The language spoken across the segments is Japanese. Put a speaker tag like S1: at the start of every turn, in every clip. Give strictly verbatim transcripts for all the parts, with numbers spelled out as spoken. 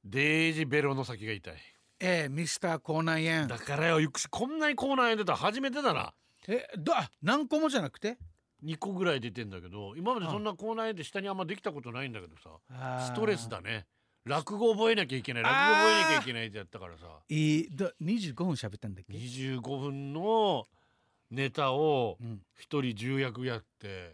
S1: デージベロの先が痛い。
S2: えー、ミスター口内炎
S1: だからよ、こんなに口内炎出たら初めてだな。
S2: えだ何個もじゃなくて
S1: にこぐらい出てんだけど、今までそんな口内炎で下にあんまできたことないんだけどさ、ストレスだね。落語覚えなきゃいけない落語覚えなきゃいけないってやったからさ、
S2: いいだにじゅうごふん喋ったんだっけ。
S1: にじゅうごふんのネタをひとりじゅう役やって、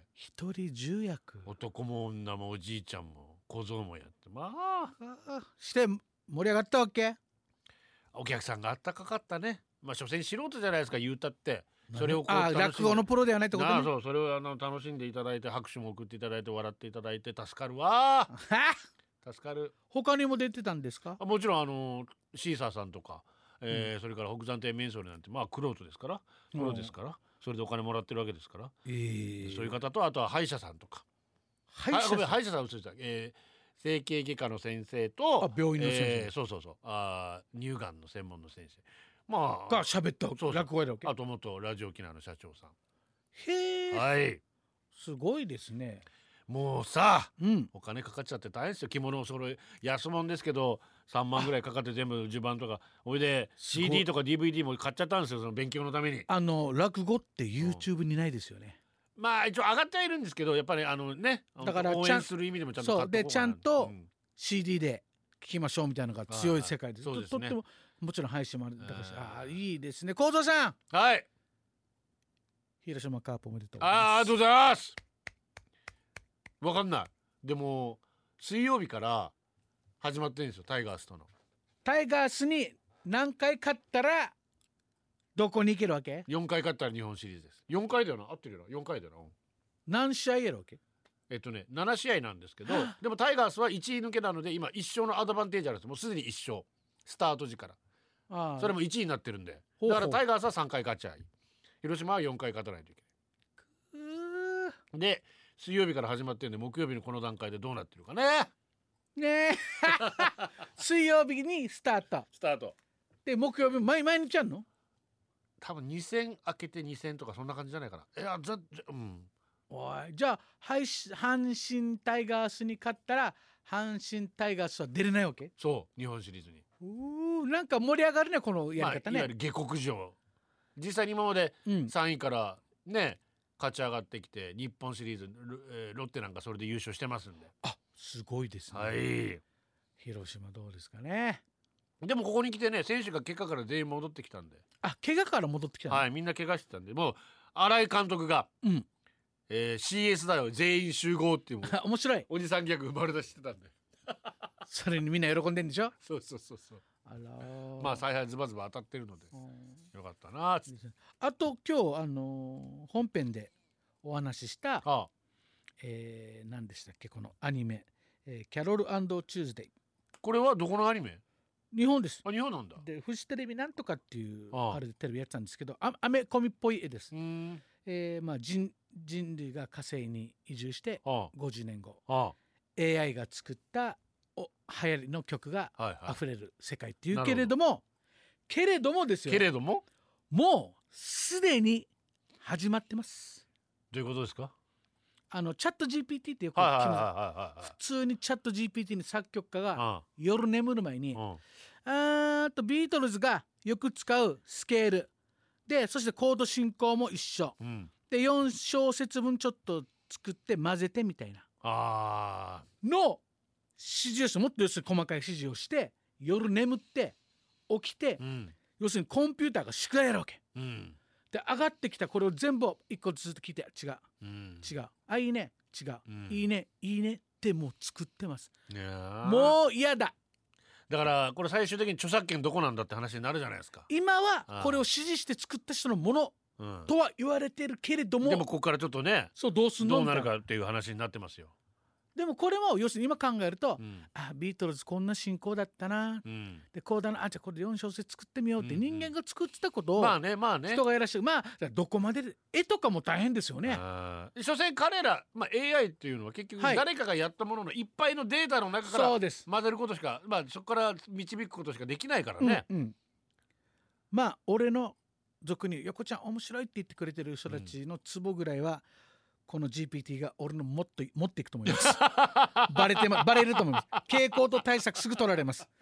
S2: ひとりじゅう役、
S1: 男も女もおじいちゃんも小僧もやって、まあ
S2: して盛り上がったわけ。
S1: お客さんがあったかかったね。まあ所詮素人じゃないですか、言うたって。それをこう
S2: あ落語のプロではないってことね。
S1: ああそう、それをあの楽しんでいただいて、拍手も送っていただいて、笑っていただいて助かるわ。助かる。
S2: 他にも出てたんですか。
S1: あもちろんあのシーサーさんとか、えーうん、それから北山亭メンソーレなんてまあ玄人ですから、プロですから、それでお金もらってるわけですから、えー、そういう方と、あとは歯医者さんとか、歯医者さん、あごめん歯医者さん映ってた、えー、整形外科の先生と、
S2: あ病院の先生、え
S1: ー、そうそうそう、あ乳がんの専門の先生、まあ
S2: が喋った落語やろけ。
S1: あと元ラジオ沖縄の社長さん。
S2: へえ、
S1: はい、
S2: すごいですね。
S1: もうさ、
S2: うん、
S1: お金かかっちゃって大変ですよ。着物を揃え安物ですけどさんまんぐらいかかって全部襦袢とか、おいで シーディー とか ディーブイディー も買っちゃったんですよ、その勉強のために。
S2: あの落語って YouTube にないですよね、
S1: うん、まあ一応上がってはいるんですけど、やっぱりあのね、
S2: だから
S1: 応援する意味でもちゃんと買っとこうかな。
S2: そうでちゃんと シーディー で聞きましょうみたいなのが強い世界です。
S1: そうですね。
S2: とってももちろん配信もあるだからし、ああいいですね。幸三さん、
S1: はい、
S2: 広島カープおめでとうございます。
S1: あありがとうございます。わかんない。でも水曜日から始まってるんですよ、タイガースとの。
S2: タイガースに何回勝ったらどこに行けるわけ。
S1: よんかい勝ったら日本シリーズです。よんかいだよな、合ってるよな、よんかいだよな。
S2: 何試合やるわけ。
S1: えっとねななしあいなんですけどでもタイガースはいちい抜けなので今いっ勝のアドバンテージあるんです。もうすでにいっ勝、スタート時から。あそれもいちいになってるんで、だからタイガースはさんかい勝っちゃい、広島はよんかい勝たないといけない。で水曜日から始まってるんで、木曜日のこの段階でどうなってるかね。
S2: ねえ水曜日にスタート
S1: スタート
S2: で木曜日毎毎日あんの。
S1: 多分に戦開けてに戦とかそんな感じじゃないかな。いやざざうん
S2: おいじゃあ阪神タイガースに勝ったら阪神タイガースは出れないわけ。
S1: そう日本シリーズに。
S2: うーなんか盛り上がるねこのやり方ね、
S1: まあ、いわゆる下克上。実際に今までさんいからね、うん、勝ち上がってきて日本シリーズ ロ,、えー、ロッテなんかそれで優勝してますんで。
S2: あすごいですね。
S1: はい、
S2: 広島どうですかね。
S1: でもここに来てね、選手が怪我から全員戻ってきたんで。
S2: あ怪我から戻ってきたの。
S1: はい、みんな怪我してたんで、もう新井監督が、うんえー、シーエス だよ全員集合っていう
S2: 面白い
S1: おじさんギャグ生まれ出してたんで
S2: それにみんな喜んでんでしょ。
S1: そうそうそうそう。
S2: あら
S1: まあ采配ズバズバ当たってるのでよかったな。
S2: あと今日、あのー、本編でお話しした、はあえー、何でしたっけこのアニメ、えー、キャロル&チューズデイ。こ
S1: れはどこのアニメ。
S2: 日本です。
S1: あ日本なんだ。
S2: でフジテレビなんとかっていうああれでテレビやってたんですけど、あアメコミっぽい絵です。うんえーまあ、人, 人類が火星に移住してごじゅうねんご、ああ エーアイ が作ったお流行りの曲があふれる世界っていうけれども、はいはい、けれどもですよ、
S1: けれども
S2: もうすでに始まってます。
S1: どういうことですか。
S2: あのチャット ジーピーティー ってよく聞きます。普通にチャット ジーピーティー に作曲家が夜眠る前に、ああとビートルズがよく使うスケールで、そしてコード進行も一緒、うん、でよん小節分ちょっと作って混ぜてみたいなあの指示をして、もっと要するに細かい指示をして夜眠って起きて、うん、要するにコンピューターが宿題やるわけ、うん、で上がってきたこれを全部一個ずつ聞いて違う、うん、違うあいいね違う、うん、いいねいいねってもう作ってます。もう嫌だ。
S1: だからこれ最終的に著作権どこなんだって話になるじゃないですか。
S2: 今はこれを指示して作った人のものとは言われてるけれども、うん、
S1: でもここからちょっとね、
S2: そうどうすんの
S1: どうなるかっていう話になってますよ。
S2: でもこれも要するに今考えると、うん、あビートルズこんな進行だったな、うん、でこうだな、あじゃあこれでよん小節作ってみようって人間が作ってたことを、まあねまあね、人がやらしてる、まあどこまで絵とかも大変ですよね。
S1: 所詮彼ら、まあ、エーアイ っていうのは結局誰かがやったもののいっぱいのデータの中から混ぜることしか、まあ、そこから導くことしかできないからね、うんうん、
S2: まあ俺の俗に横ちゃん面白いって言ってくれてる人たちのツボぐらいは、うんこの ジーピーティー が俺のもっと持っていくと思いますバレてまバレると思います。傾向と対策すぐ取られます。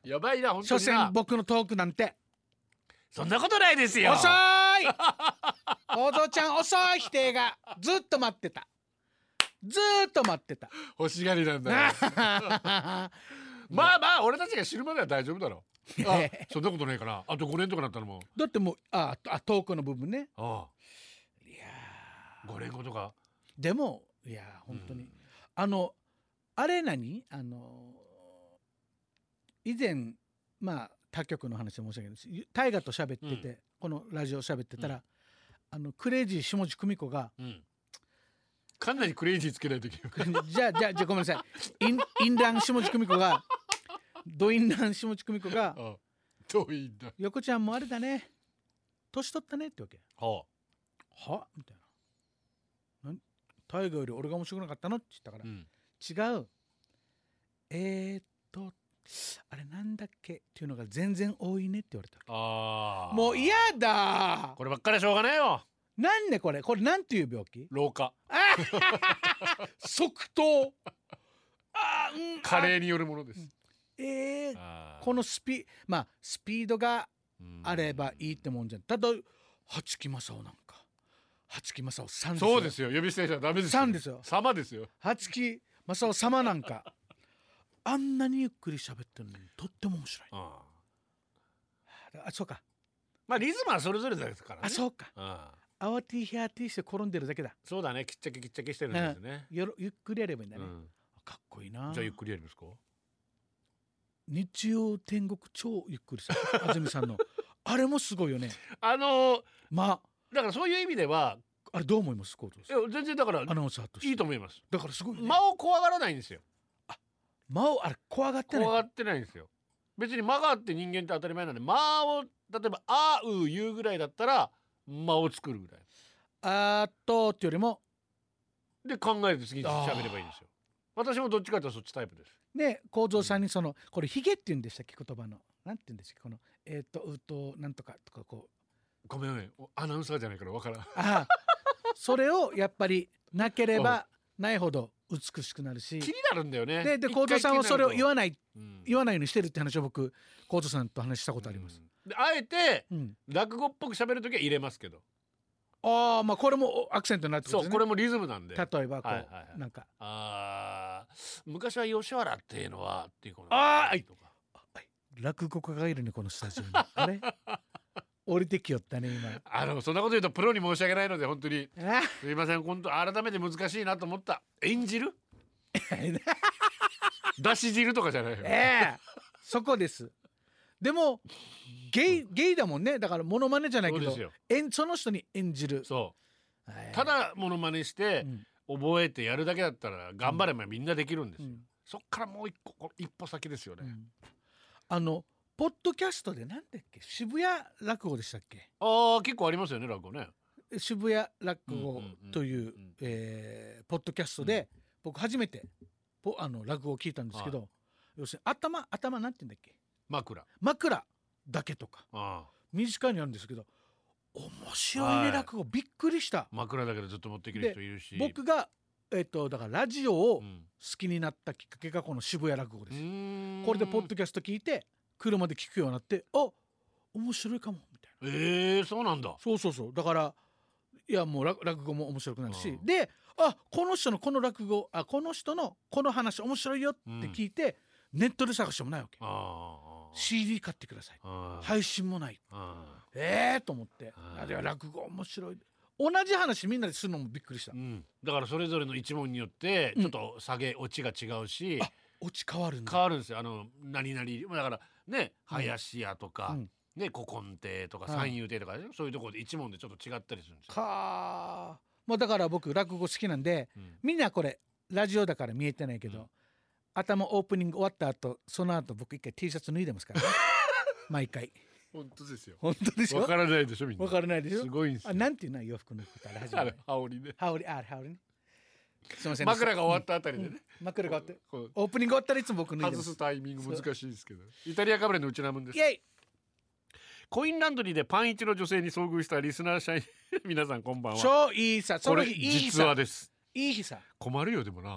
S1: やばいな本当
S2: 所
S1: にな。
S2: 詮僕のトークなんて
S1: そんなことないですよ。
S2: 遅い構造ちゃん遅い否定がずっと待ってたずーっと待ってた
S1: 欲しがりなんだよまあまあ俺たちが知るまでは大丈夫だろう。あそんなことないかな。あとごねんとかなったらもう
S2: だってもうああトークの部分ね。
S1: ああ
S2: いや
S1: ごねんごとか
S2: でもいや本当に、うん、あのあれ何あの以前まあ他局の話で申し訳ないです大河と喋ってて、うん、このラジオ喋ってたら、うん、あのクレイジー下地久美子が、うん、
S1: かなりクレイジーつけないといけない。
S2: じゃあじゃあじゃあごめんなさい。インインラン下地久美子がドインラン下地久美子が
S1: あドインラン
S2: 横ちゃんもあれだね年取ったねってわけ。
S1: は
S2: あ、はみたいな。何大河より俺が面白くなかったのって言ったから、うん、違うえー、っとあれなんだっけっていうのが全然多いねって言われた。
S1: あ
S2: もう嫌だ
S1: こればっかりしょうがないよ。
S2: なんでこれこれなんていう病気？
S1: 老化
S2: 即答あ、
S1: うん、加齢によるものです、うん、
S2: えー、このスピまあスピードがあればいいってもんじゃん。ただ八木正夫なんか八木正夫さんですよ。
S1: そうですよ呼び捨てじゃダメですよ。
S2: さんですよ。
S1: 様ですよ。
S2: 八木正夫様なんかあんなにゆっくり喋ってるのにとっても面白い。ああそうか
S1: まあリズムはそれぞれですからね。
S2: あそうかああ慌てひゃてして転んでるだけだ。
S1: そうだねきっちゃけきっちゃけしてるんですね、
S2: うん、よゆっくりやればいいんだね、うん、かっこいいな。
S1: じゃあゆっくりやりますか。
S2: 日曜天国超ゆっくりさ安住さんのあれもすごいよね。
S1: あのー、
S2: まあ
S1: だからそういう意味では
S2: あれどう思いますコートです。
S1: いや全然だから
S2: アナウンサーとして
S1: いいと思います。
S2: だからすごい、ね、
S1: 間を怖がらないんですよ。
S2: あ間をあれ怖がってない
S1: 怖がってないんですよ。別に間があって人間って当たり前なんで間を例えばあう言うぐらいだったら間を作るぐらい
S2: あーっとってよりも
S1: で考えて次に喋ればいいんですよ。私もどっちかというとそっちタイプです。
S2: ね幸三さんにそのこれヒゲって言うんでしたっけ言葉のなんて言うんですかこのえっ、ー、とうとなんとかとかこう
S1: ごめんねアナウンサーじゃないから分からん。
S2: あそれをやっぱりなければないほど美しくなるし
S1: 気になるんだよね。
S2: でで幸三さんはそれを言わない、うん、言わないようにしてるって話を僕幸三さんと話したことあります、
S1: うん、であえて、うん、落語っぽく喋るときは入れますけど
S2: ああまあこれもアクセントになってくるんですね。
S1: そうこれもリズムなんで
S2: 例えばこう、はいはいはい、なんか
S1: あ昔は吉原っていうのはっていうこの
S2: ああ落語家がいるねこのスタジオにあれ降りてきよったね今。あ
S1: のそんなこと言うとプロに申し訳ないので本当にすいません本当改めて難しいなと思った。演じるだし汁とかじゃないよ、
S2: えー、そこです。でもゲイ、ゲイだもんね。だからモノマネじゃないけど そ, その人に演じる。
S1: そう、えー、ただモノマネして、うん、覚えてやるだけだったら頑張ればみんなできるんですよ、うん、そっからもう一個一歩先ですよね、うん、
S2: あのポッドキャストでなんだっけ渋谷落語でしたっけ。
S1: ああ結構ありますよね落語ね。
S2: 渋谷落語という、うんうん、えー、ポッドキャストで、うん、僕初めてポあの落語を聞いたんですけど、はい、要するに頭頭なんて言うんだっけ枕枕だけとか身近にあるんですけど面白いね、はい、落語びっくりした。
S1: 枕だけでずっと持ってきる人いるし
S2: 僕がえっとだからラジオを好きになったきっかけがこの渋谷落語です、うん、これでポッドキャスト聞いて車で聞くようになってあ面白いかもみたいな。
S1: えー、そうなんだ。
S2: そうそうそうだからいやもう 落, 落語も面白くなるし、うん、であこの人のこの落語あこの人のこの話面白いよって聞いて、うん、ネットで探してもないわけ。あ シーディー 買ってください配信もないえーと思ってあれは落語面白い同じ話みんなでするのもびっくりした、うん、
S1: だからそれぞれの一問によってちょっと下げ、うん、オチが違うし
S2: あオチ変わるんだ
S1: 変わるんですよ。あの何々だからね林家とか、うんね、古今亭とか三遊亭とか、ね、そういうところで一問でちょっと違ったりするんですよ。
S2: かもうだから僕落語好きなんで、うん、みんなこれラジオだから見えてないけど、うん、頭オープニング終わった後その後僕一回 T シャツ脱いでますからね毎回。
S1: 本当ですよ。
S2: 本当でしょ。
S1: わからないでしょみんな。
S2: わからないでしょ。
S1: すごいんですよ。
S2: あなんていうの洋服のことあれ初めて。
S1: 羽織ね。
S2: 羽織あ羽織ね。すみません。
S1: 枕が終わったあたりでね。
S2: うん、枕が終わってオープニング終わったらいつも僕脱いでます。
S1: 外すタイミング難しいですけど。イタリアかぶれのうちなもんです。
S2: イエイ。
S1: コインランドリーでパンイチの女性に遭遇したリスナー社員皆さんこんばんは。
S2: 超いいさ。その日いい
S1: 実話です。
S2: いい日さ。
S1: 困るよでもな。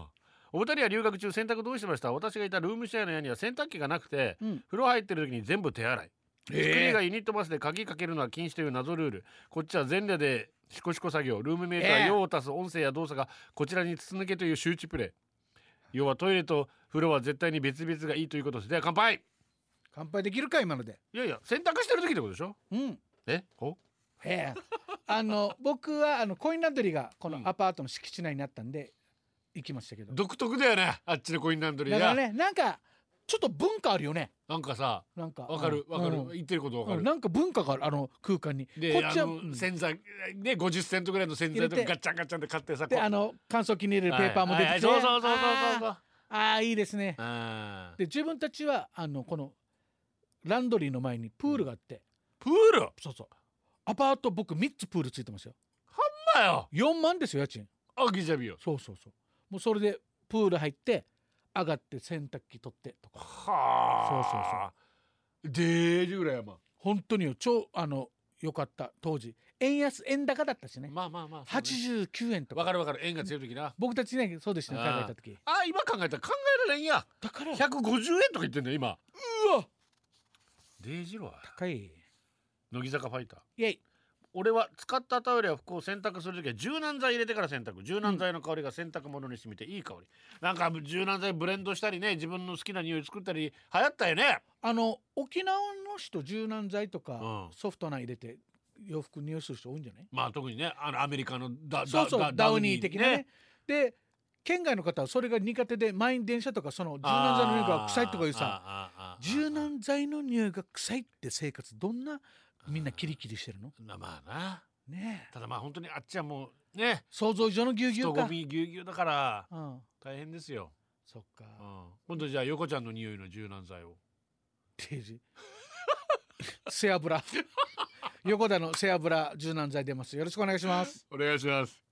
S1: お二人は留学中洗濯どうしてました？私がいたルームシェアの家には洗濯機がなくて、うん、風呂入ってる時に全部手洗い、えー、作りがユニットバスで鍵かけるのは禁止という謎ルール。こっちは全裸でシコシコ作業。ルームメイトは用を足す音声や動作がこちらに筒抜けという周知プレイ。要はトイレと風呂は絶対に別々がいいということです。では乾杯。
S2: 乾杯できるか今ので。
S1: いやいや洗濯してる時ってことでしょ。うんえお
S2: ええあの僕はあのコインランドリーがこのアパートの敷地内にあったんで行きましたけど、
S1: 独特だよねあっちのコインランドリー。
S2: だからねなんかちょっと文化あるよね。
S1: なんかさ
S2: なんか
S1: わかるわかる、うん、言ってることわかる、
S2: うん、なんか文化があるあの空間に。
S1: でこっちはあの洗剤ねごじゅっセントぐらいの洗剤とかガッチャンガッチャンで買ってさ、
S2: であの乾燥機に入れるペーパーも出てきて、
S1: そうそうそうそうそう、
S2: ああいいですね。で自分たちはあのこのランドリーの前にプールがあって、
S1: プール
S2: そうそうアパート僕みっつプールついてますよ。
S1: はんまよ
S2: よんまんですよ家賃。
S1: あギジャビよ。
S2: そうそうそうもうそれでプール入って上がって洗濯機取ってとか。
S1: はあ
S2: そうそうそう
S1: デージぐらいやま
S2: 本当によ超あの良かった当時円安円高だったしね。
S1: まあまあまあ、ね、
S2: はちじゅうきゅうえんとか。
S1: わかるわかる円が強い時な。
S2: 僕たちねそうでしたね考えた時。
S1: ああ今考えたら考えられんや。
S2: だから
S1: ひゃくごじゅうえんとか言ってんだよ今。
S2: うわ
S1: デージロは
S2: 高い。
S1: 乃木坂ファイター
S2: イエイ。
S1: 俺は使ったタオルや服を洗濯するときは柔軟剤入れてから洗濯。柔軟剤の香りが洗濯物に染みていい香り、うん、なんか柔軟剤ブレンドしたりね自分の好きな匂い作ったり流行ったよね。
S2: あの沖縄の人柔軟剤とか、うん、ソフトな入れて洋服匂いする人多いんじゃない？
S1: まあ特にねあのアメリカのダ
S2: そうそうダウニー的なね。で県外の方はそれが苦手で満員電車とかその柔軟剤の匂いが臭いとかいうさ柔軟剤の匂いが臭いって生活どんなみんなキリキリしてるの？
S1: まあな
S2: ねえ。
S1: ただまあ本当にあっちはもうね
S2: 想像以上のぎゅうぎゅうか
S1: 人混みぎゅうぎゅうだから、うん、大変ですよ。
S2: そっか、うん、
S1: 今度じゃあ横ちゃんの匂いの柔軟剤を
S2: デージ背脂横田の背脂柔軟剤出ます。よろしくお願いします。
S1: お願いします。